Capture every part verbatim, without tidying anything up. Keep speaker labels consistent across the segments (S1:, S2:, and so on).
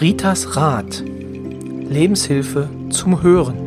S1: Ritas Rat. Lebenshilfe zum Hören.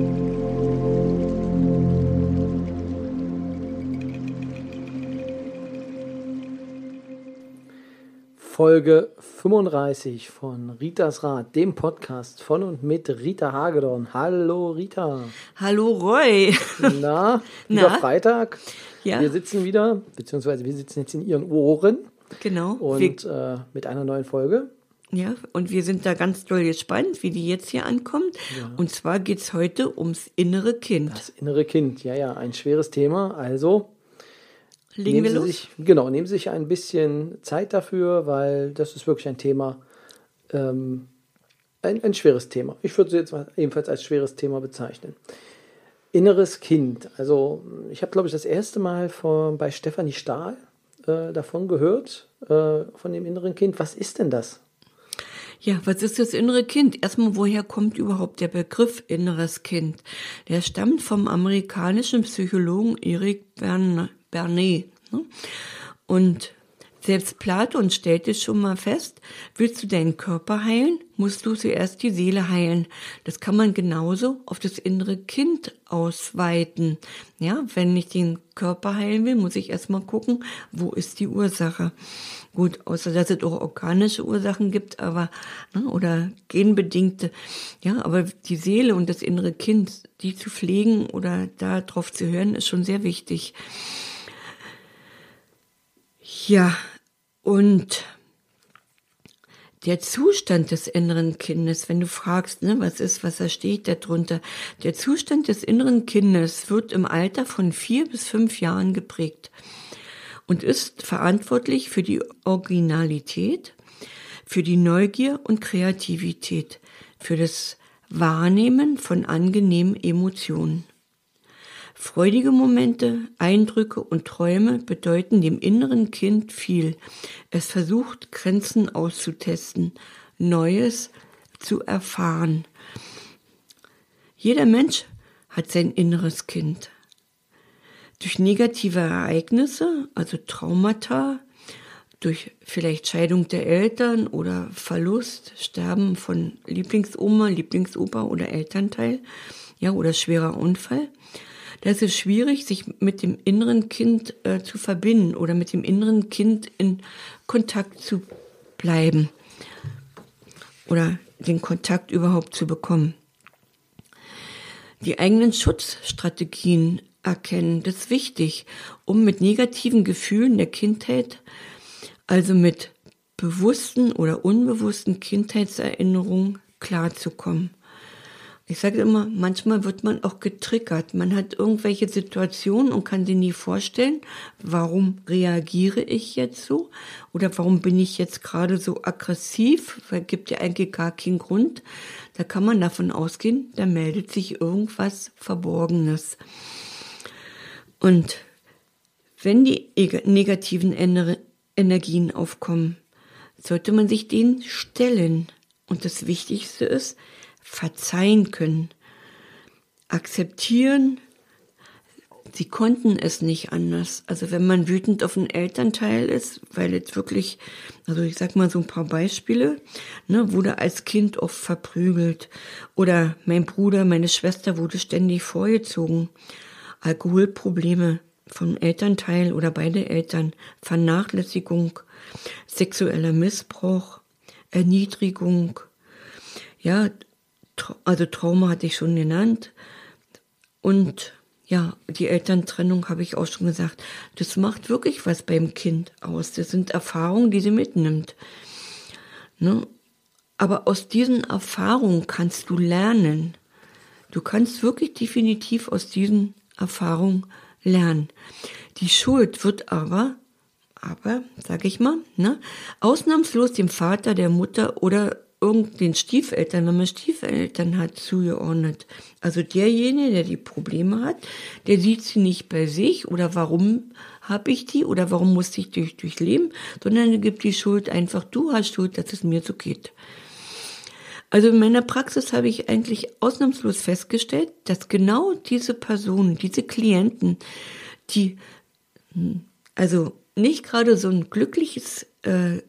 S1: Folge fünfunddreißig von Ritas Rat, dem Podcast von und mit Rita Hagedorn. Hallo Rita.
S2: Hallo Roy.
S1: Na, wieder
S2: Na?
S1: Freitag.
S2: Ja.
S1: Wir sitzen wieder, beziehungsweise wir sitzen jetzt in Ihren Ohren.
S2: Genau.
S1: Und äh, mit einer neuen Folge.
S2: Ja, und wir sind da ganz doll gespannt, wie die jetzt hier ankommt.
S1: Ja.
S2: Und zwar geht es heute ums innere Kind.
S1: Das innere Kind, ja, ja, ein schweres Thema. Also
S2: Legen
S1: nehmen
S2: wir
S1: Sie
S2: los?
S1: sich, genau, nehmen Sie sich ein bisschen Zeit dafür, weil das ist wirklich ein Thema, ähm, ein, ein schweres Thema. Ich würde es jetzt mal ebenfalls als schweres Thema bezeichnen. Inneres Kind. Also ich habe, glaube ich, das erste Mal von, bei Stefanie Stahl äh, davon gehört, äh, von dem inneren Kind. Was ist denn das?
S2: Ja, was ist das innere Kind? Erstmal, woher kommt überhaupt der Begriff inneres Kind? Der stammt vom amerikanischen Psychologen Eric Berne, Bernet. Ne? Und selbst Platon stellte schon mal fest, willst du deinen Körper heilen, musst du zuerst die Seele heilen. Das kann man genauso auf das innere Kind ausweiten. Ja, wenn ich den Körper heilen will, muss ich erstmal gucken, wo ist die Ursache. Gut, außer dass es auch organische Ursachen gibt, aber ne, oder genbedingte. Ja, aber die Seele und das innere Kind, die zu pflegen oder da drauf zu hören, ist schon sehr wichtig. Ja, und der Zustand des inneren Kindes, wenn du fragst, ne, was ist, was da steht da drunter, der Zustand des inneren Kindes wird im Alter von vier bis fünf Jahren geprägt und ist verantwortlich für die Originalität, für die Neugier und Kreativität, für das Wahrnehmen von angenehmen Emotionen. Freudige Momente, Eindrücke und Träume bedeuten dem inneren Kind viel. Es versucht, Grenzen auszutesten, Neues zu erfahren. Jeder Mensch hat sein inneres Kind. Durch negative Ereignisse, also Traumata, durch vielleicht Scheidung der Eltern oder Verlust, Sterben von Lieblingsoma, Lieblingsopa oder Elternteil, ja, oder schwerer Unfall. Da ist es schwierig, sich mit dem inneren Kind äh, zu verbinden oder mit dem inneren Kind in Kontakt zu bleiben oder den Kontakt überhaupt zu bekommen. Die eigenen Schutzstrategien erkennen, das ist wichtig, um mit negativen Gefühlen der Kindheit, also mit bewussten oder unbewussten Kindheitserinnerungen klarzukommen. Ich sage immer, manchmal wird man auch getriggert. Man hat irgendwelche Situationen und kann sich nie vorstellen, warum reagiere ich jetzt so? Oder warum bin ich jetzt gerade so aggressiv? Weil gibt ja eigentlich gar keinen Grund. Da kann man davon ausgehen, da meldet sich irgendwas Verborgenes. Und wenn die negativen Energien aufkommen, sollte man sich denen stellen. Und das Wichtigste ist, verzeihen können, akzeptieren, sie konnten es nicht anders. Also wenn man wütend auf einen Elternteil ist, weil jetzt wirklich, also ich sag mal so ein paar Beispiele, ne, wurde als Kind oft verprügelt oder mein Bruder, meine Schwester wurde ständig vorgezogen, Alkoholprobleme vom Elternteil oder beide Eltern, Vernachlässigung, sexueller Missbrauch, Erniedrigung, ja, also Trauma hatte ich schon genannt und ja, die Elterntrennung habe ich auch schon gesagt. Das macht wirklich was beim Kind aus. Das sind Erfahrungen, die sie mitnimmt. Ne? Aber aus diesen Erfahrungen kannst du lernen. Du kannst wirklich definitiv aus diesen Erfahrungen lernen. Die Schuld wird aber, aber, sag ich mal, ne, ausnahmslos dem Vater, der Mutter oder den Stiefeltern, wenn man Stiefeltern hat, zugeordnet. Also derjenige, der die Probleme hat, der sieht sie nicht bei sich oder warum habe ich die oder warum musste ich durch, durchleben, sondern er gibt die Schuld einfach, du hast Schuld, dass es mir so geht. Also in meiner Praxis habe ich eigentlich ausnahmslos festgestellt, dass genau diese Personen, diese Klienten, die also nicht gerade so ein glückliches äh,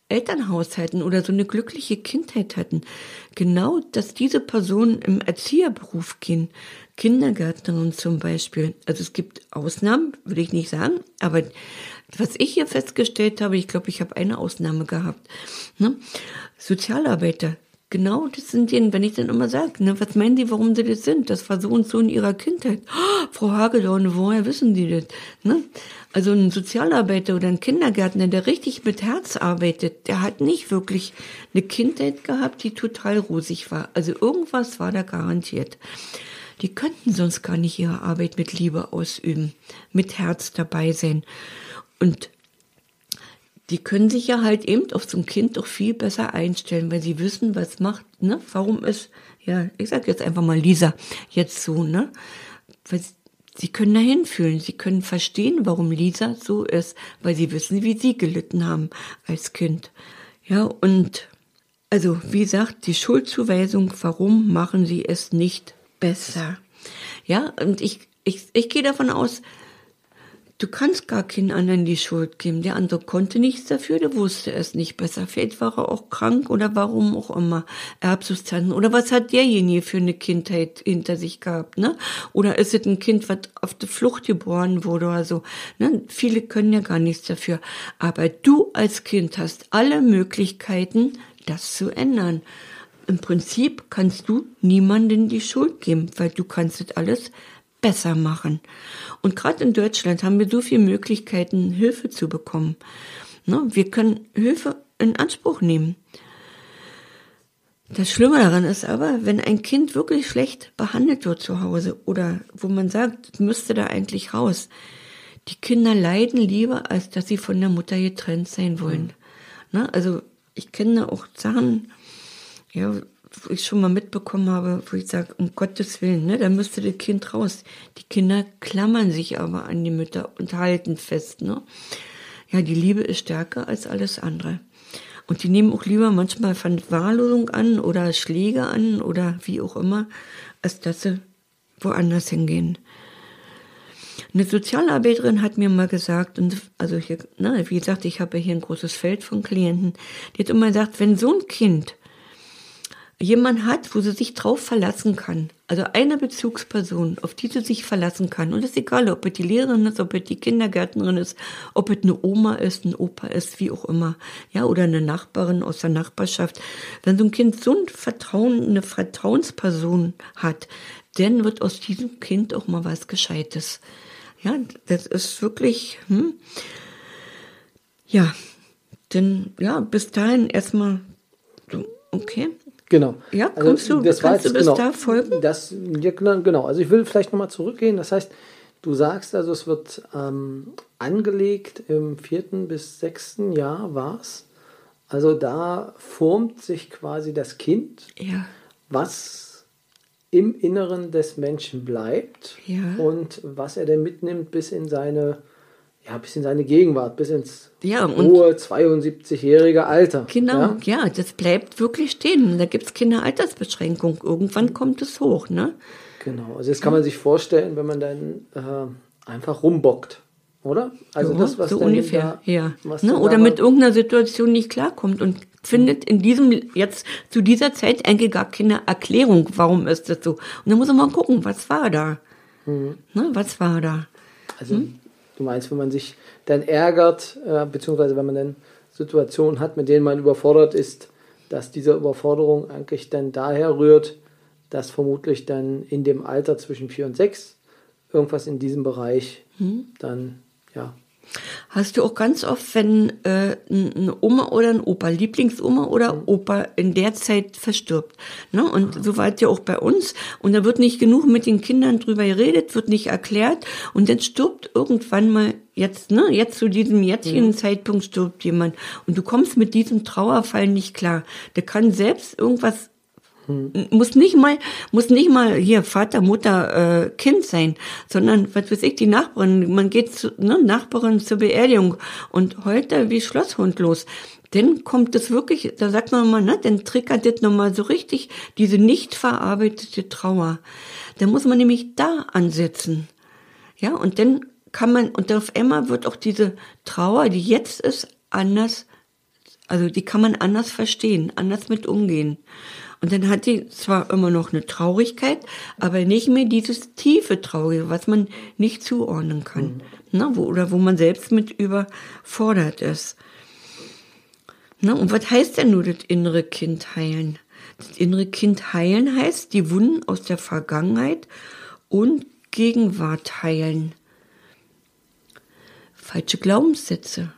S2: Elternhaus hatten oder so eine glückliche Kindheit hatten, genau, dass diese Personen im Erzieherberuf gehen, Kindergärtnerin zum Beispiel. Also es gibt Ausnahmen, würde ich nicht sagen, aber was ich hier festgestellt habe, ich glaube, ich habe eine Ausnahme gehabt, ne? Sozialarbeiter. Genau, das sind denen, wenn ich dann immer sage, ne, was meinen die, warum sie das sind? Das war so und so in ihrer Kindheit. Oh, Frau Hagedorn, woher wissen die das? Ne? Also ein Sozialarbeiter oder ein Kindergärtner, der richtig mit Herz arbeitet, der hat nicht wirklich eine Kindheit gehabt, die total rosig war. Also irgendwas war da garantiert. Die könnten sonst gar nicht ihre Arbeit mit Liebe ausüben, mit Herz dabei sein. Und die können sich ja halt eben auf so ein Kind doch viel besser einstellen, weil sie wissen, was macht, ne? Warum ist, ja, ich sag jetzt einfach mal Lisa jetzt so, ne? Weil sie können da hinfühlen, sie können verstehen, warum Lisa so ist, weil sie wissen, wie sie gelitten haben als Kind. Ja, und also, wie gesagt, die Schuldzuweisung, warum machen sie es nicht besser? Ja, und ich, ich, ich gehe davon aus, du kannst gar keinen anderen die Schuld geben. Der andere konnte nichts dafür, der wusste es nicht besser. Vielleicht war er auch krank oder warum auch immer. Erbsubstanzen. Oder was hat derjenige für eine Kindheit hinter sich gehabt, ne? Oder ist es ein Kind, was auf der Flucht geboren wurde oder so, ne? Viele können ja gar nichts dafür. Aber du als Kind hast alle Möglichkeiten, das zu ändern. Im Prinzip kannst du niemandem die Schuld geben, weil du kannst das alles besser machen. Und gerade in Deutschland haben wir so viele Möglichkeiten, Hilfe zu bekommen. Ne? Wir können Hilfe in Anspruch nehmen. Das Schlimme daran ist aber, wenn ein Kind wirklich schlecht behandelt wird zu Hause oder wo man sagt, müsste da eigentlich raus. Die Kinder leiden lieber, als dass sie von der Mutter getrennt sein wollen. Mhm. Ne? Also ich kenne auch Sachen, ja, wo ich schon mal mitbekommen habe, wo ich sage, um Gottes Willen, ne, da müsste das Kind raus. Die Kinder klammern sich aber an die Mütter und halten fest, ne. Ja, die Liebe ist stärker als alles andere. Und die nehmen auch lieber manchmal Verwahrlosung an oder Schläge an oder wie auch immer, als dass sie woanders hingehen. Eine Sozialarbeiterin hat mir mal gesagt, und also hier, ne, wie gesagt, ich habe ja hier ein großes Feld von Klienten, die hat immer gesagt, wenn so ein Kind jemand hat, wo sie sich drauf verlassen kann, also eine Bezugsperson, auf die sie sich verlassen kann, und es ist egal, ob es die Lehrerin ist, ob es die Kindergärtnerin ist, ob es eine Oma ist, ein Opa ist, wie auch immer, ja, oder eine Nachbarin aus der Nachbarschaft. Wenn so ein Kind so ein Vertrauen, eine Vertrauensperson hat, dann wird aus diesem Kind auch mal was Gescheites. Ja, das ist wirklich, hm, ja, denn, ja, bis dahin erstmal, okay.
S1: Genau.
S2: Ja, kommst
S1: also,
S2: du,
S1: das
S2: kannst du bis
S1: genau,
S2: da folgen?
S1: Das, ja, genau, also ich will vielleicht nochmal zurückgehen. Das heißt, du sagst also, es wird ähm, angelegt im vierten bis sechsten Jahr war's. Also da formt sich quasi das Kind,
S2: ja,
S1: was im Inneren des Menschen bleibt,
S2: ja,
S1: und was er denn mitnimmt bis in seine, ja, bis in seine Gegenwart, bis ins
S2: ja, und
S1: hohe zweiundsiebzigjährige Alter.
S2: Genau,
S1: ja,
S2: ja, das bleibt wirklich stehen. Da gibt's keine Altersbeschränkung. Irgendwann kommt es hoch, ne?
S1: Genau, also das kann man sich vorstellen, wenn man dann äh, einfach rumbockt, oder? Also
S2: ja,
S1: das, was
S2: so
S1: dann
S2: ungefähr,
S1: da,
S2: ja.
S1: was
S2: Ne?
S1: dann
S2: Oder
S1: da
S2: mit
S1: war,
S2: irgendeiner Situation nicht klarkommt und findet in diesem, jetzt zu dieser Zeit eigentlich gar keine Erklärung, warum ist das so. Und dann muss man mal gucken, was war da?
S1: Mhm.
S2: Ne? Was war da?
S1: Also
S2: Hm?
S1: du meinst, wenn man sich dann ärgert, äh, beziehungsweise wenn man dann Situationen hat, mit denen man überfordert ist, dass diese Überforderung eigentlich dann daher rührt, dass vermutlich dann in dem Alter zwischen vier und sechs irgendwas in diesem Bereich
S2: Hm?
S1: dann, ja.
S2: Hast du auch ganz oft, wenn äh, eine Oma oder ein Opa, Lieblingsoma oder
S1: Mhm.
S2: Opa in der Zeit verstirbt. Ne? Und ah. so war es ja auch bei uns. Und da wird nicht genug mit den Kindern drüber geredet, wird nicht erklärt. Und dann stirbt irgendwann mal jetzt, ne, jetzt zu diesem jetzigen mhm. Zeitpunkt stirbt jemand. Und du kommst mit diesem Trauerfall nicht klar. Der kann selbst irgendwas Muss nicht mal, muss nicht mal hier Vater, Mutter, äh, Kind sein, sondern, was weiß ich, die Nachbarin, man geht zu, ne, Nachbarin zur Beerdigung und heult da wie Schlosshund los. Dann kommt das wirklich, da sagt man mal, ne, dann triggert das nochmal so richtig diese nicht verarbeitete Trauer. Da muss man nämlich da ansetzen. Ja, und dann kann man, und auf einmal wird auch diese Trauer, die jetzt ist, anders Also die kann man anders verstehen, anders mit umgehen. Und dann hat die zwar immer noch eine Traurigkeit, aber nicht mehr dieses tiefe Traurige, was man nicht zuordnen kann. Mhm. Ne, wo, oder wo man selbst mit überfordert ist. Ne, und was heißt denn nur das innere Kind heilen? Das innere Kind heilen heißt, die Wunden aus der Vergangenheit und Gegenwart heilen. Falsche Glaubenssätze.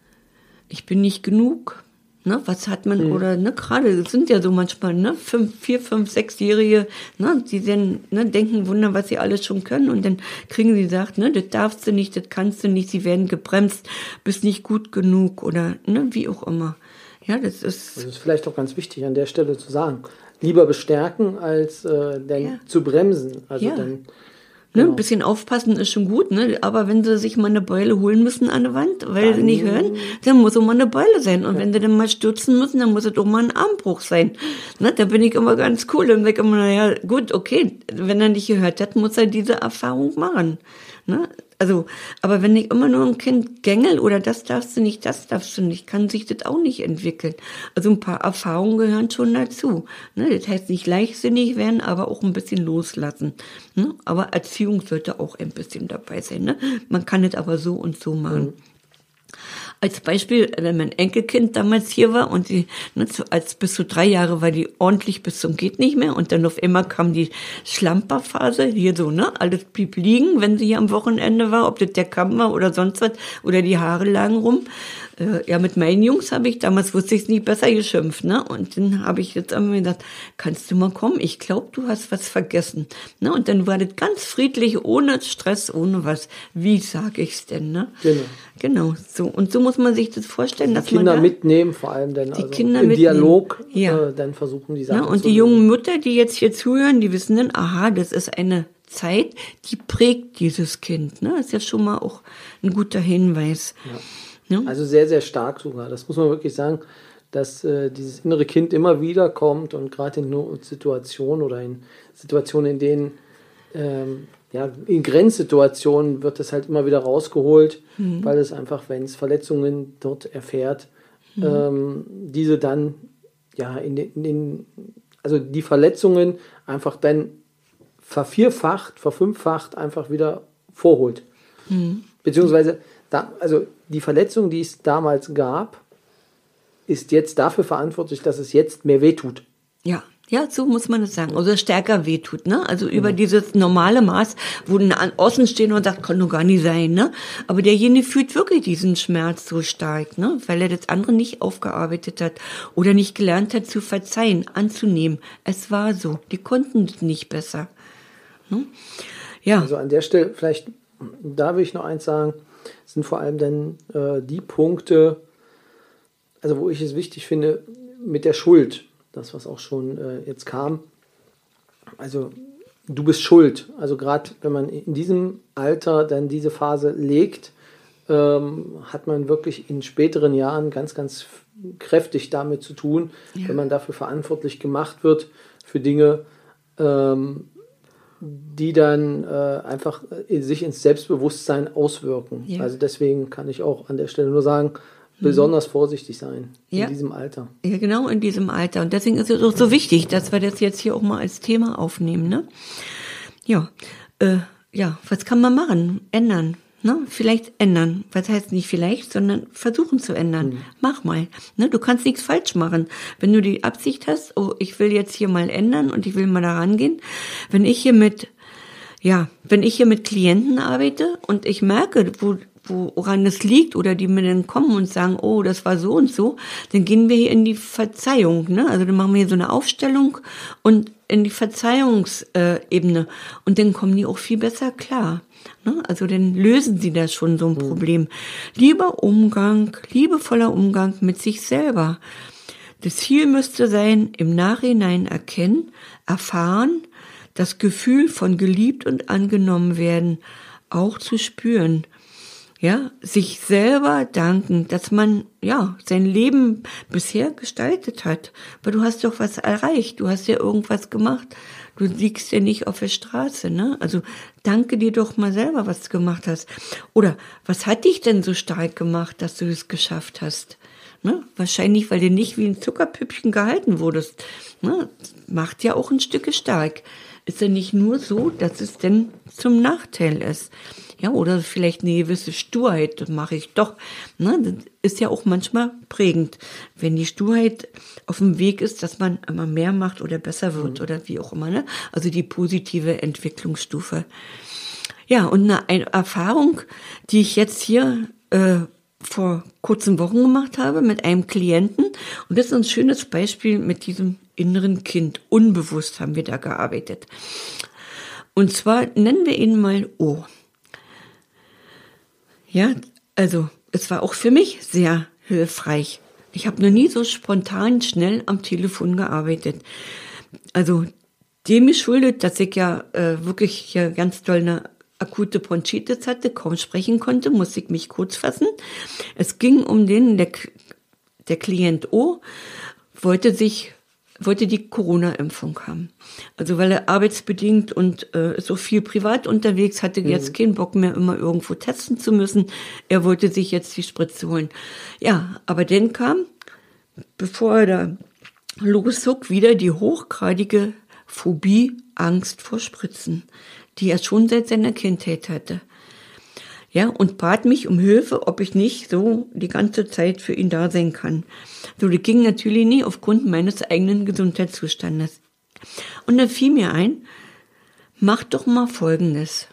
S2: Ich bin nicht genug. Ne, was hat man, mhm. oder ne, gerade, es sind ja so manchmal, ne, fünf, vier, fünf, sechsjährige, ne, die dann, ne, denken, Wunder, was sie alles schon können, und dann kriegen sie gesagt, ne, das darfst du nicht, das kannst du nicht, sie werden gebremst, bist nicht gut genug, oder, ne, wie auch immer. Ja, das ist.
S1: Das ist vielleicht auch ganz wichtig an der Stelle zu sagen. Lieber bestärken, als äh, dann ja. zu bremsen. Also
S2: ja.
S1: dann.
S2: Ne,
S1: Genau.
S2: ein bisschen aufpassen ist schon gut, ne? Aber wenn sie sich mal eine Beule holen müssen an der Wand, weil dann, sie nicht hören, dann muss auch mal eine Beule sein. Und ja. wenn sie dann mal stürzen müssen, dann muss es doch mal ein Armbruch sein. Ne? Da bin ich immer ganz cool und sage immer, naja, gut, okay, wenn er nicht gehört hat, muss er diese Erfahrung machen. Ne? Also, aber wenn ich immer nur ein Kind gängel oder das darfst du nicht, das darfst du nicht, kann sich das auch nicht entwickeln. Also ein paar Erfahrungen gehören schon dazu. Ne? Das heißt nicht leichtsinnig werden, aber auch ein bisschen loslassen. Ne? Aber Erziehung sollte auch ein bisschen dabei sein. Ne? Man kann es aber so und so machen. Mhm. Als Beispiel, wenn mein Enkelkind damals hier war und sie, ne, als bis zu drei Jahre war die ordentlich bis zum geht nicht mehr, und dann auf einmal kam die Schlamperphase, hier so, ne, alles blieb liegen, wenn sie hier am Wochenende war, ob das der Kamm war oder sonst was, oder die Haare lagen rum. Äh, ja, mit meinen Jungs habe ich, damals wusste ich es nicht besser, geschimpft, ne, und dann habe ich jetzt einmal gesagt, kannst du mal kommen, ich glaube, du hast was vergessen, ne, und dann war das ganz friedlich, ohne Stress, ohne was. Wie sage ich's denn, ne?
S1: Genau.
S2: Genau, so. Und so muss man sich das vorstellen,
S1: die
S2: dass
S1: Kinder
S2: man da
S1: mitnehmen, vor allem dann
S2: die
S1: also
S2: Kinder
S1: im
S2: mitnehmen.
S1: Dialog
S2: ja.
S1: äh, dann versuchen, die Sachen
S2: ja, und
S1: zu
S2: die
S1: lösen.
S2: jungen Mütter, die jetzt hier zuhören, die wissen dann, aha, das ist eine Zeit, die prägt dieses Kind. Ne? Das ist ja schon mal auch ein guter Hinweis.
S1: Ja.
S2: Ja?
S1: Also sehr, sehr stark sogar. Das muss man wirklich sagen, dass äh, dieses innere Kind immer wieder kommt, und gerade in Notsituationen oder in Situationen, in denen ähm, ja, in Grenzsituationen wird es halt immer wieder rausgeholt, mhm. weil es einfach, wenn es Verletzungen dort erfährt, mhm. ähm, diese dann, ja, in den, in den, also die Verletzungen einfach dann vervierfacht, verfünffacht einfach wieder vorholt. Mhm. Beziehungsweise, da, also die Verletzung, die es damals gab, ist jetzt dafür verantwortlich, dass es jetzt mehr wehtut.
S2: Ja. Ja, so muss man es sagen. Also stärker wehtut, ne? Also über mhm. dieses normale Maß, wo ein außen stehen und sagt, kann doch gar nicht sein, ne? Aber derjenige fühlt wirklich diesen Schmerz so stark, ne? Weil er das andere nicht aufgearbeitet hat oder nicht gelernt hat zu verzeihen, anzunehmen. Es war so. Die konnten es nicht besser. Ne? Ja.
S1: Also an der Stelle, vielleicht, da will ich noch eins sagen, sind vor allem dann äh, die Punkte, also wo ich es wichtig finde, mit der Schuld. Das, was auch schon äh, jetzt kam. Also du bist schuld. Also gerade wenn man in diesem Alter dann diese Phase legt, ähm, hat man wirklich in späteren Jahren ganz, ganz kräftig damit zu tun, ja. wenn man dafür verantwortlich gemacht wird für Dinge, ähm, die dann äh, einfach äh, sich ins Selbstbewusstsein auswirken. Ja. Also deswegen kann ich auch an der Stelle nur sagen, besonders vorsichtig sein in ja. diesem Alter.
S2: Ja, genau, in diesem Alter. Und deswegen ist es auch so wichtig, dass wir das jetzt hier auch mal als Thema aufnehmen, ne? Ja, äh, ja, was kann man machen? Ändern, ne? Vielleicht ändern. Was heißt nicht vielleicht, sondern versuchen zu ändern. Mhm. Mach mal, ne? Du kannst nichts falsch machen. Wenn du die Absicht hast, oh, ich will jetzt hier mal ändern und ich will mal da rangehen. Wenn ich hier mit, ja, wenn ich hier mit Klienten arbeite und ich merke, wo woran es liegt, oder die mir dann kommen und sagen, oh, das war so und so, dann gehen wir hier in die Verzeihung, ne? Also dann machen wir hier so eine Aufstellung und in die Verzeihungsebene, und dann kommen die auch viel besser klar. Ne? Also dann lösen sie da schon so ein Problem. Lieber Umgang, liebevoller Umgang mit sich selber. Das Ziel müsste sein, im Nachhinein erkennen, erfahren, das Gefühl von geliebt und angenommen werden auch zu spüren. Ja, sich selber danken, dass man, ja, sein Leben bisher gestaltet hat. Aber du hast doch was erreicht, du hast ja irgendwas gemacht. Du liegst ja nicht auf der Straße, ne? Also danke dir doch mal selber, was du gemacht hast. Oder was hat dich denn so stark gemacht, dass du es geschafft hast? Ne? Wahrscheinlich, weil du nicht wie ein Zuckerpüppchen gehalten wurdest. Ne? Macht ja auch ein Stück stark. Ist ja nicht nur so, dass es denn zum Nachteil ist. Ja, oder vielleicht eine gewisse Sturheit, das mache ich doch. Ne? Das ist ja auch manchmal prägend, wenn die Sturheit auf dem Weg ist, dass man immer mehr macht oder besser wird mhm. oder wie auch immer. Ne? Also die positive Entwicklungsstufe. Ja, und eine, eine Erfahrung, die ich jetzt hier äh, vor kurzen Wochen gemacht habe mit einem Klienten. Und das ist ein schönes Beispiel mit diesem inneren Kind. Unbewusst haben wir da gearbeitet. Und zwar nennen wir ihn mal O. Ja, also es war auch für mich sehr hilfreich. Ich habe noch nie so spontan schnell am Telefon gearbeitet. Also dem geschuldet, dass ich ja äh, wirklich hier ganz doll eine akute Bronchitis hatte, kaum sprechen konnte, musste ich mich kurz fassen. Es ging um den, der, der Klient O wollte sich wollte die Corona-Impfung haben. Also weil er arbeitsbedingt und äh, so viel privat unterwegs hatte, mhm. jetzt keinen Bock mehr, immer irgendwo testen zu müssen. Er wollte sich jetzt die Spritze holen. Ja, aber dann kam, bevor er da loszog, wieder die hochgradige Phobie, Angst vor Spritzen, die er schon seit seiner Kindheit hatte. Ja, und bat mich um Hilfe, ob ich nicht so die ganze Zeit für ihn da sein kann. So, das ging natürlich nie aufgrund meines eigenen Gesundheitszustandes. Und dann fiel mir ein, mach doch mal Folgendes.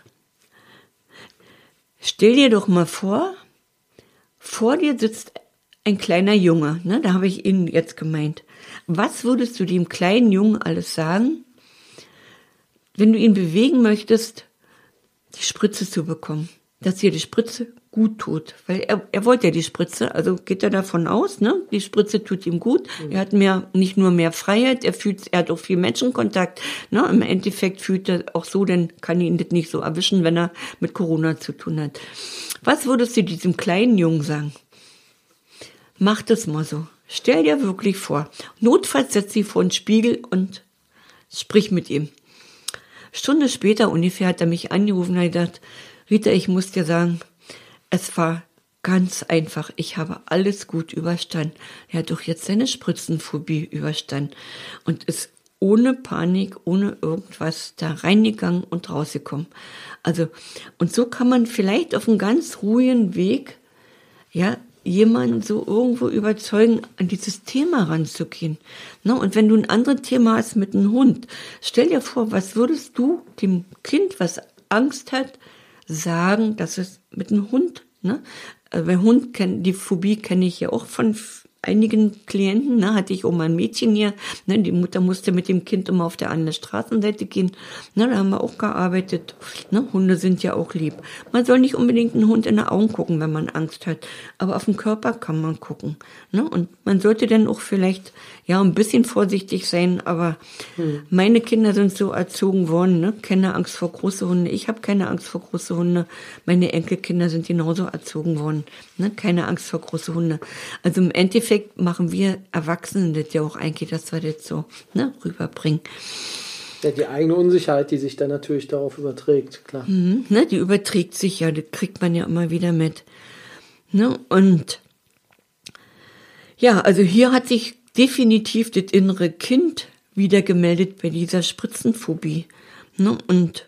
S2: Stell dir doch mal vor, vor dir sitzt ein kleiner Junge, ne, da habe ich ihn jetzt gemeint. Was würdest du dem kleinen Jungen alles sagen, wenn du ihn bewegen möchtest, die Spritze zu bekommen? Dass dir die Spritze gut tut. Weil er, er wollte ja die Spritze, also geht er davon aus, ne? Die Spritze tut ihm gut. Mhm. Er hat mehr, nicht nur mehr Freiheit, er fühlt, er hat auch viel Menschenkontakt, ne? Im Endeffekt fühlt er auch so, dann kann ihn das nicht so erwischen, wenn er mit Corona zu tun hat. Was würdest du diesem kleinen Jungen sagen? Mach das mal so. Stell dir wirklich vor. Notfalls setz sie vor den Spiegel und sprich mit ihm. Stunde später ungefähr hat er mich angerufen und hat gedacht, Rita, ich muss dir sagen, es war ganz einfach. Ich habe alles gut überstanden. Er hat doch jetzt seine Spritzenphobie überstanden und ist ohne Panik, ohne irgendwas da reingegangen und rausgekommen. Also, und so kann man vielleicht auf einem ganz ruhigen Weg, ja, jemanden so irgendwo überzeugen, an dieses Thema ranzugehen. Ne? Und wenn du ein anderes Thema hast mit einem Hund, stell dir vor, was würdest du dem Kind, was Angst hat, sagen, dass es mit einem Hund, ne? Also bei Hund kenn, die Phobie kenne ich ja auch von einigen Klienten, ne? Hatte ich auch mal ein Mädchen hier, ne? Die Mutter musste mit dem Kind immer auf der anderen Straßenseite gehen, ne? Da haben wir auch gearbeitet, ne? Hunde sind ja auch lieb. Man soll nicht unbedingt einen Hund in die Augen gucken, wenn man Angst hat, aber auf den Körper kann man gucken, ne? Und man sollte dann auch vielleicht, ja, ein bisschen vorsichtig sein, aber hm. meine Kinder sind so erzogen worden, ne? Keine Angst vor große Hunde, ich habe keine Angst vor große Hunde, meine Enkelkinder sind genauso erzogen worden, ne? Keine Angst vor große Hunde. Also im Endeffekt machen wir Erwachsenen das ja auch eigentlich, dass wir das so, ne, rüberbringen.
S1: Ja, die eigene Unsicherheit, die sich dann natürlich darauf überträgt, klar.
S2: Mhm, ne, die überträgt sich ja, das kriegt man ja immer wieder mit. Ne, und ja, also hier hat sich definitiv das innere Kind wieder gemeldet bei dieser Spritzenphobie. Ne, und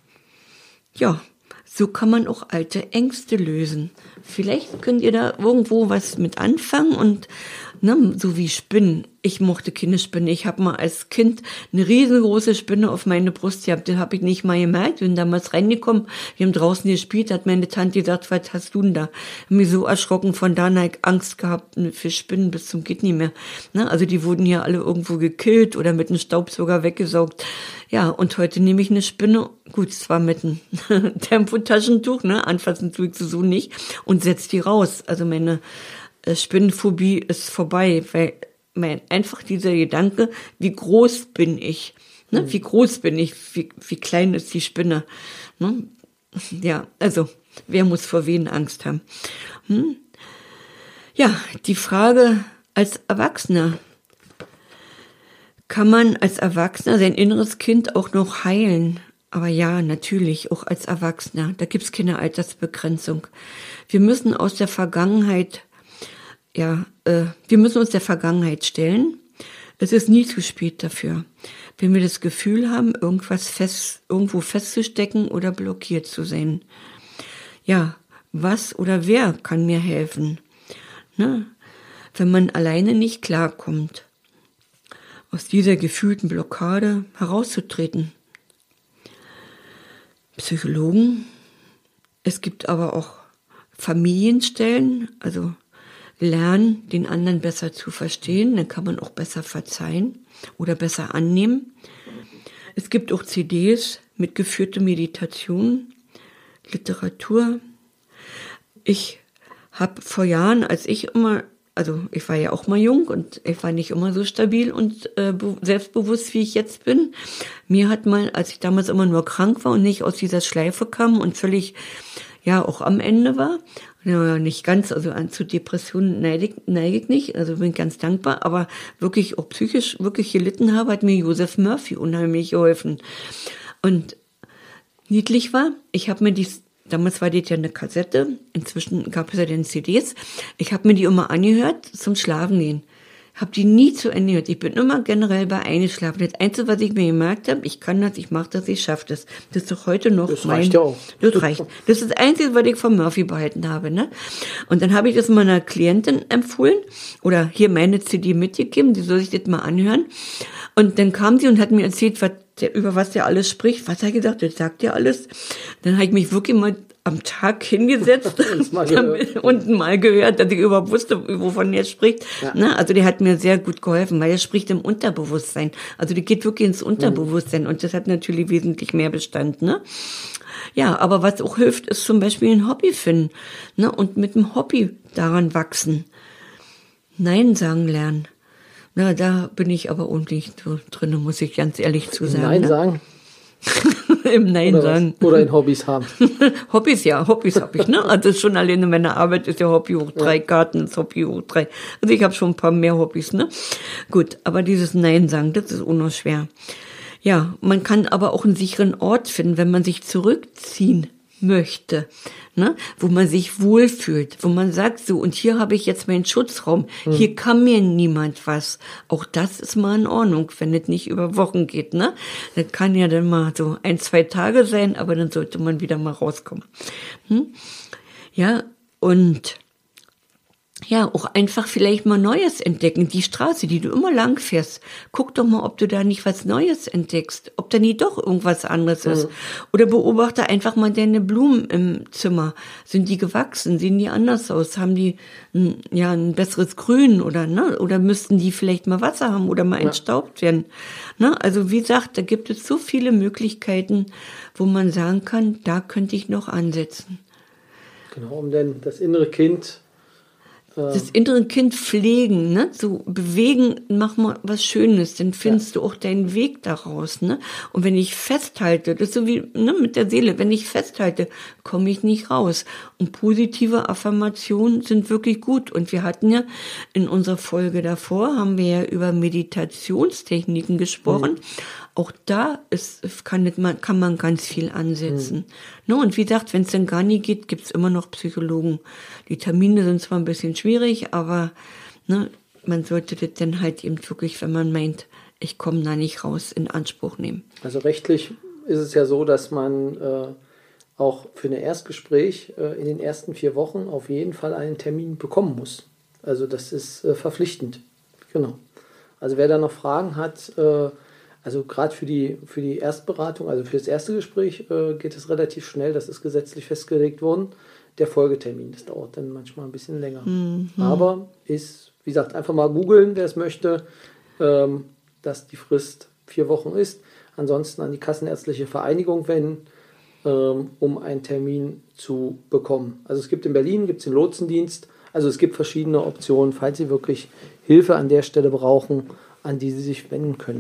S2: ja, so kann man auch alte Ängste lösen. Vielleicht könnt ihr da irgendwo was mit anfangen und ne, so wie Spinnen. Ich mochte keine Spinne. Ich habe mal als Kind eine riesengroße Spinne auf meine Brust gehabt. Das habe ich nicht mal gemerkt. Bin damals reingekommen. Wir haben draußen gespielt. Hat meine Tante gesagt, was hast du denn da? Ich mich so erschrocken. Von da habe ich Angst gehabt für Spinnen bis zum geht nicht mehr. Ne, also die wurden hier alle irgendwo gekillt oder mit einem Staubsauger weggesaugt. Ja, und heute nehme ich eine Spinne. Gut, zwar mit einem Tempotaschentuch, ne, anfassen tue ich sie so nicht und setze die raus. Also meine äh, Spinnenphobie ist vorbei, weil mein, einfach dieser Gedanke, wie groß bin ich, ne, mhm. wie groß bin ich, wie, wie klein ist die Spinne, ne? Ja, also wer muss vor wen Angst haben? Hm? Ja, die Frage als Erwachsener. Kann man als Erwachsener sein inneres Kind auch noch heilen? Aber ja, natürlich, auch als Erwachsener. Da gibt's keine Altersbegrenzung. Wir müssen aus der Vergangenheit ja, äh, wir müssen uns der Vergangenheit stellen. Es ist nie zu spät dafür. Wenn wir das Gefühl haben, irgendwas fest, irgendwo festzustecken oder blockiert zu sein. Ja, was oder wer kann mir helfen? Ne? Wenn man alleine nicht klarkommt, aus dieser gefühlten Blockade herauszutreten. Psychologen, es gibt aber auch Familienstellen, also lernen, den anderen besser zu verstehen, dann kann man auch besser verzeihen oder besser annehmen. Es gibt auch C Ds mit geführter Meditation, Literatur. Ich habe vor Jahren, als ich immer, also ich war ja auch mal jung und ich war nicht immer so stabil und äh, selbstbewusst, wie ich jetzt bin. Mir hat mal, als ich damals immer nur krank war und nicht aus dieser Schleife kam und völlig, ja, auch am Ende war, ja, nicht ganz, also an zu Depressionen neige ich, neige ich nicht, also bin ganz dankbar, aber wirklich auch psychisch wirklich gelitten habe, hat mir Joseph Murphy unheimlich geholfen. Und niedlich war, ich habe mir die, damals war das ja eine Kassette, inzwischen gab es ja den C Ds, ich habe mir die immer angehört zum Schlafen gehen. Habe die nie zu Ende gehört. Ich bin immer generell bei eingeschlafen. Das Einzige, was ich mir gemerkt habe, ich kann das, ich mache das, ich schaffe das. Das ist doch heute noch
S1: das
S2: mein...
S1: reicht ja auch.
S2: Das reicht. Das ist das Einzige, was ich von Murphy behalten habe. Ne? Und dann habe ich das meiner Klientin empfohlen oder hier meine C D mitgegeben, die soll sich das mal anhören. Und dann kam sie und hat mir erzählt, was der, über was der alles spricht. Was hat er gesagt? Das sagt ja alles. Dann habe ich mich wirklich mal am Tag hingesetzt damit, und mal gehört, dass ich überhaupt wusste, wovon er spricht. Ja. Na, also der hat mir sehr gut geholfen, weil er spricht im Unterbewusstsein. Also der geht wirklich ins Unterbewusstsein mhm. und das hat natürlich wesentlich mehr Bestand. Ne? Ja, aber was auch hilft, ist zum Beispiel ein Hobby finden, ne? Und mit dem Hobby daran wachsen. Nein sagen lernen. Na, da bin ich aber auch nicht so drin, muss ich ganz ehrlich zu sagen.
S1: Nein
S2: ne?
S1: sagen?
S2: Im Nein
S1: oder
S2: sagen.
S1: Was? Oder in Hobbys haben.
S2: Hobbys, ja, Hobbys habe ich, ne? Also schon alleine meine Arbeit ist ja Hobby hoch drei, ja. Garten ist Hobby hoch drei. Also ich habe schon ein paar mehr Hobbys, ne? Gut, aber dieses Nein sagen, das ist auch noch schwer. Ja, man kann aber auch einen sicheren Ort finden, wenn man sich zurückziehen möchte, ne? Wo man sich wohlfühlt, wo man sagt, so, und hier habe ich jetzt meinen Schutzraum, hm. hier kann mir niemand was. Auch das ist mal in Ordnung, wenn es nicht über Wochen geht, ne? Das kann ja dann mal so ein, zwei Tage sein, aber dann sollte man wieder mal rauskommen. Hm? Ja, und ja, auch einfach vielleicht mal Neues entdecken. Die Straße, die du immer lang fährst, guck doch mal, ob du da nicht was Neues entdeckst, ob da nie doch irgendwas anderes ist. Mhm. Oder beobachte einfach mal deine Blumen im Zimmer. Sind die gewachsen? Sehen die anders aus? Haben die ein, ja ein besseres Grün oder ne? Oder müssten die vielleicht mal Wasser haben oder mal ja. entstaubt werden? Ne? Also wie gesagt, da gibt es so viele Möglichkeiten, wo man sagen kann, da könnte ich noch ansetzen.
S1: Genau, um denn das innere Kind
S2: das innere Kind pflegen, ne, so bewegen, mach mal was Schönes, dann findest ja. du auch deinen Weg daraus, ne. Und wenn ich festhalte, das ist so wie ne, mit der Seele, wenn ich festhalte, komme ich nicht raus. Und positive Affirmationen sind wirklich gut. Und wir hatten ja in unserer Folge davor, haben wir ja über Meditationstechniken gesprochen. Mhm. Auch da ist, kann, man, kann man ganz viel ansetzen. Mhm. Ne, und wie gesagt, wenn es dann gar nicht geht, gibt's immer noch Psychologen. Die Termine sind zwar ein bisschen schwierig, aber ne, man sollte das dann halt eben wirklich, wenn man meint, ich komme da nicht raus, in Anspruch nehmen.
S1: Also rechtlich ist es ja so, dass man äh, auch für ein Erstgespräch äh, in den ersten vier Wochen auf jeden Fall einen Termin bekommen muss. Also das ist äh, verpflichtend. Genau. Also wer da noch Fragen hat, äh, also gerade für die, für die Erstberatung, also für das erste Gespräch äh, geht es relativ schnell, das ist gesetzlich festgelegt worden. Der Folgetermin, das dauert dann manchmal ein bisschen länger. Mhm. Aber ist, wie gesagt, einfach mal googeln, wer es möchte, ähm, dass die Frist vier Wochen ist. Ansonsten an die Kassenärztliche Vereinigung wenden, ähm, um einen Termin zu bekommen. Also es gibt in Berlin, gibt es den Lotsendienst, also es gibt verschiedene Optionen, falls Sie wirklich Hilfe an der Stelle brauchen, an die Sie sich wenden können.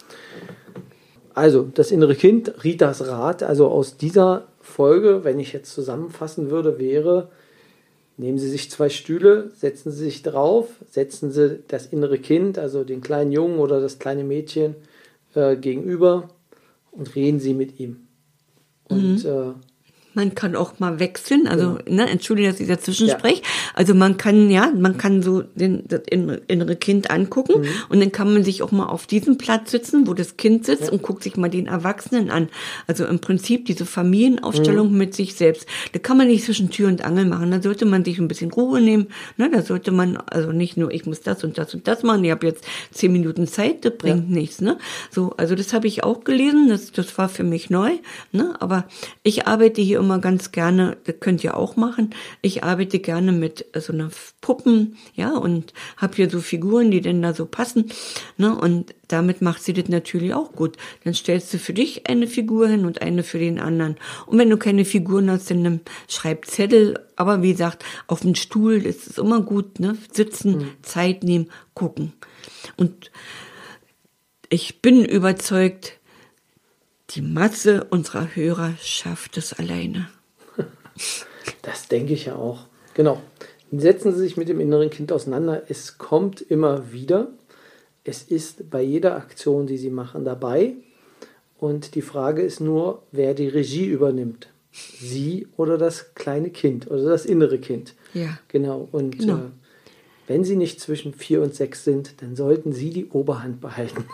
S1: Also, das innere Kind, Ritas Rat, also aus dieser Folge, wenn ich jetzt zusammenfassen würde, wäre, nehmen Sie sich zwei Stühle, setzen Sie sich drauf, setzen Sie das innere Kind, also den kleinen Jungen oder das kleine Mädchen äh, gegenüber und reden Sie mit ihm. Und mhm. äh,
S2: Man kann auch mal wechseln, also
S1: Genau.
S2: ne, entschuldige, dass ich dazwischen
S1: Ja.
S2: spreche. Also man kann ja, man kann so den, das innere Kind angucken
S1: Mhm.
S2: und dann kann man sich auch mal auf diesem Platz sitzen, wo das Kind sitzt
S1: Ja.
S2: und guckt sich mal den Erwachsenen an. Also im Prinzip diese Familienaufstellung
S1: Mhm.
S2: mit sich selbst. Da kann man nicht zwischen Tür und Angel machen. Da sollte man sich ein bisschen Ruhe nehmen. Ne, da sollte man also nicht nur ich muss das und das und das machen. Ich habe jetzt zehn Minuten Zeit, das bringt
S1: Ja.
S2: nichts. Ne, so also das habe ich auch gelesen. Das das war für mich neu. Ne, aber ich arbeite hier immer ganz gerne, das könnt ihr auch machen, ich arbeite gerne mit so einer Puppen, ja, und habe hier so Figuren, die denn da so passen, ne, und damit macht sie das natürlich auch gut. Dann stellst du für dich eine Figur hin und eine für den anderen. Und wenn du keine Figuren hast, dann nimm, schreib Zettel, aber wie gesagt, auf dem Stuhl, das ist immer gut, ne, sitzen, mhm. Zeit nehmen, gucken. Und ich bin überzeugt, die Masse unserer Hörer schafft es alleine.
S1: Das denke ich ja auch. Genau. Setzen Sie sich mit dem inneren Kind auseinander. Es kommt immer wieder. Es ist bei jeder Aktion, die Sie machen, dabei. Und die Frage ist nur, wer die Regie übernimmt. Sie oder das kleine Kind oder das innere Kind.
S2: Ja.
S1: Genau. Und
S2: genau.
S1: Äh, wenn Sie nicht zwischen vier und sechs sind, dann sollten Sie die Oberhand behalten.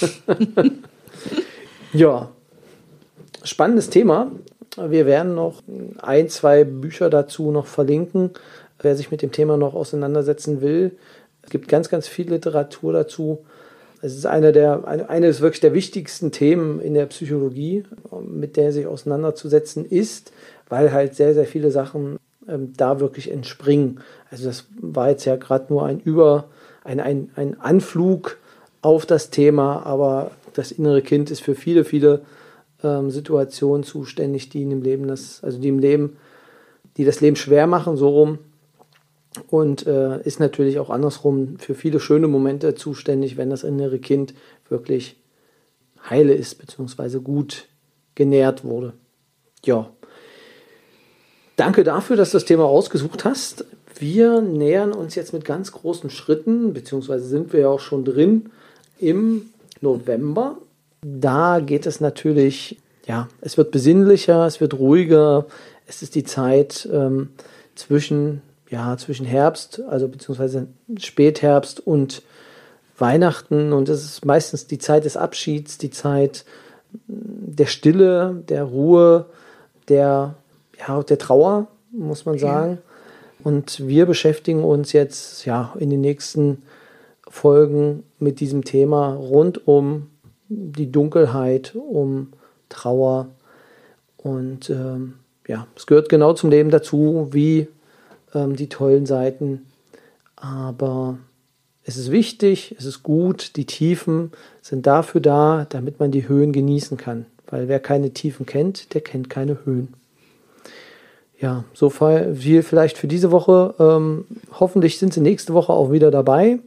S1: Ja. Spannendes Thema. Wir werden noch ein, zwei Bücher dazu noch verlinken, wer sich mit dem Thema noch auseinandersetzen will. Es gibt ganz, ganz viel Literatur dazu. Es ist eine der, eine, eines wirklich der wichtigsten Themen in der Psychologie, mit der sich auseinanderzusetzen ist, weil halt sehr, sehr viele Sachen ähm, da wirklich entspringen. Also das war jetzt ja gerade nur ein Über, ein, ein, ein Anflug auf das Thema, aber das innere Kind ist für viele, viele Situationen zuständig, die im Leben das, also die im Leben, die das Leben schwer machen, so rum. Und äh, ist natürlich auch andersrum für viele schöne Momente zuständig, wenn das innere Kind wirklich heile ist, beziehungsweise gut genährt wurde. Ja. Danke dafür, dass du das Thema ausgesucht hast. Wir nähern uns jetzt mit ganz großen Schritten, beziehungsweise sind wir ja auch schon drin, im November. Da geht es natürlich, ja, es wird besinnlicher, es wird ruhiger. Es ist die Zeit ähm, zwischen, ja, zwischen Herbst, also beziehungsweise Spätherbst und Weihnachten. Und es ist meistens die Zeit des Abschieds, die Zeit der Stille, der Ruhe, der, ja, der Trauer, muss man sagen. Ja. Und wir beschäftigen uns jetzt, ja, in den nächsten Folgen mit diesem Thema rund um die Dunkelheit, um Trauer. Und ähm, ja, es gehört genau zum Leben dazu, wie ähm, die tollen Seiten. Aber es ist wichtig, es ist gut, die Tiefen sind dafür da, damit man die Höhen genießen kann. Weil wer keine Tiefen kennt, der kennt keine Höhen. Ja, so viel vielleicht für diese Woche. Ähm, hoffentlich sind Sie nächste Woche auch wieder dabei.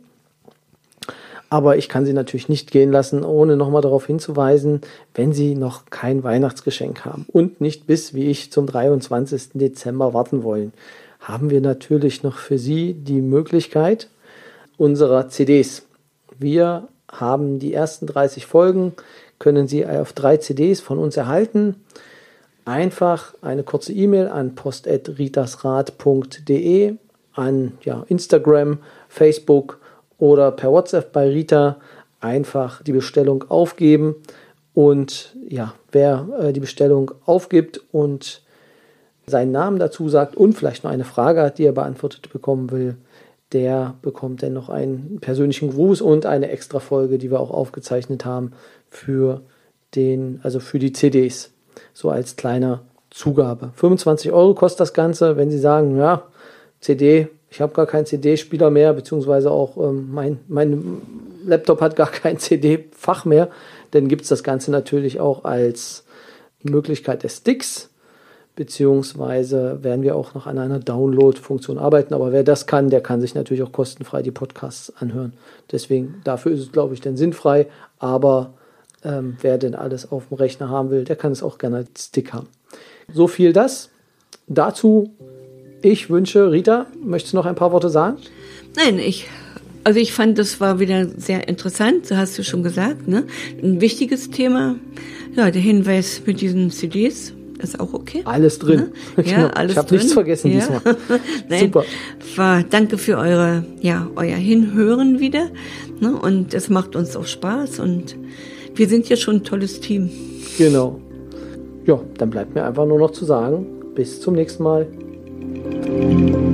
S1: Aber ich kann Sie natürlich nicht gehen lassen, ohne nochmal darauf hinzuweisen, wenn Sie noch kein Weihnachtsgeschenk haben und nicht bis, wie ich, zum dreiundzwanzigsten Dezember warten wollen, haben wir natürlich noch für Sie die Möglichkeit unserer C Ds. Wir haben die ersten dreißig Folgen, können Sie auf drei C Ds von uns erhalten. Einfach eine kurze E-Mail an post at ritasrat punkt de, an ja, Instagram, Facebook oder per WhatsApp bei Rita einfach die Bestellung aufgeben. Und ja, wer äh, die Bestellung aufgibt und seinen Namen dazu sagt und vielleicht noch eine Frage hat, die er beantwortet bekommen will, der bekommt dann noch einen persönlichen Gruß und eine extra Folge, die wir auch aufgezeichnet haben für den, also für die C Ds. So als kleiner Zugabe. fünfundzwanzig Euro kostet das Ganze, wenn Sie sagen, ja, C D, ich habe gar keinen C D-Spieler mehr, beziehungsweise auch ähm, mein, mein Laptop hat gar kein C D-Fach mehr, dann gibt es das Ganze natürlich auch als Möglichkeit des Sticks, beziehungsweise werden wir auch noch an einer Download-Funktion arbeiten, aber wer das kann, der kann sich natürlich auch kostenfrei die Podcasts anhören. Deswegen, dafür ist es, glaube ich, dann sinnfrei, aber ähm, wer denn alles auf dem Rechner haben will, der kann es auch gerne als Stick haben. So viel das. Dazu, ich wünsche, Rita, möchtest du noch ein paar Worte sagen?
S2: Nein, ich, also ich fand, das war wieder sehr interessant, so hast du schon gesagt, ne? Ein wichtiges Thema. Ja, der Hinweis mit diesen C Ds. Ist auch okay?
S1: Alles drin.
S2: Ja,
S1: Genau.
S2: alles
S1: Ich habe
S2: drin.
S1: nichts vergessen
S2: Ja.
S1: diesmal.
S2: Nein,
S1: Super.
S2: War, danke für eure, ja, euer Hinhören wieder. Ne? Und es macht uns auch Spaß und wir sind ja schon ein tolles Team.
S1: Genau. Ja, dann bleibt mir einfach nur noch zu sagen, bis zum nächsten Mal.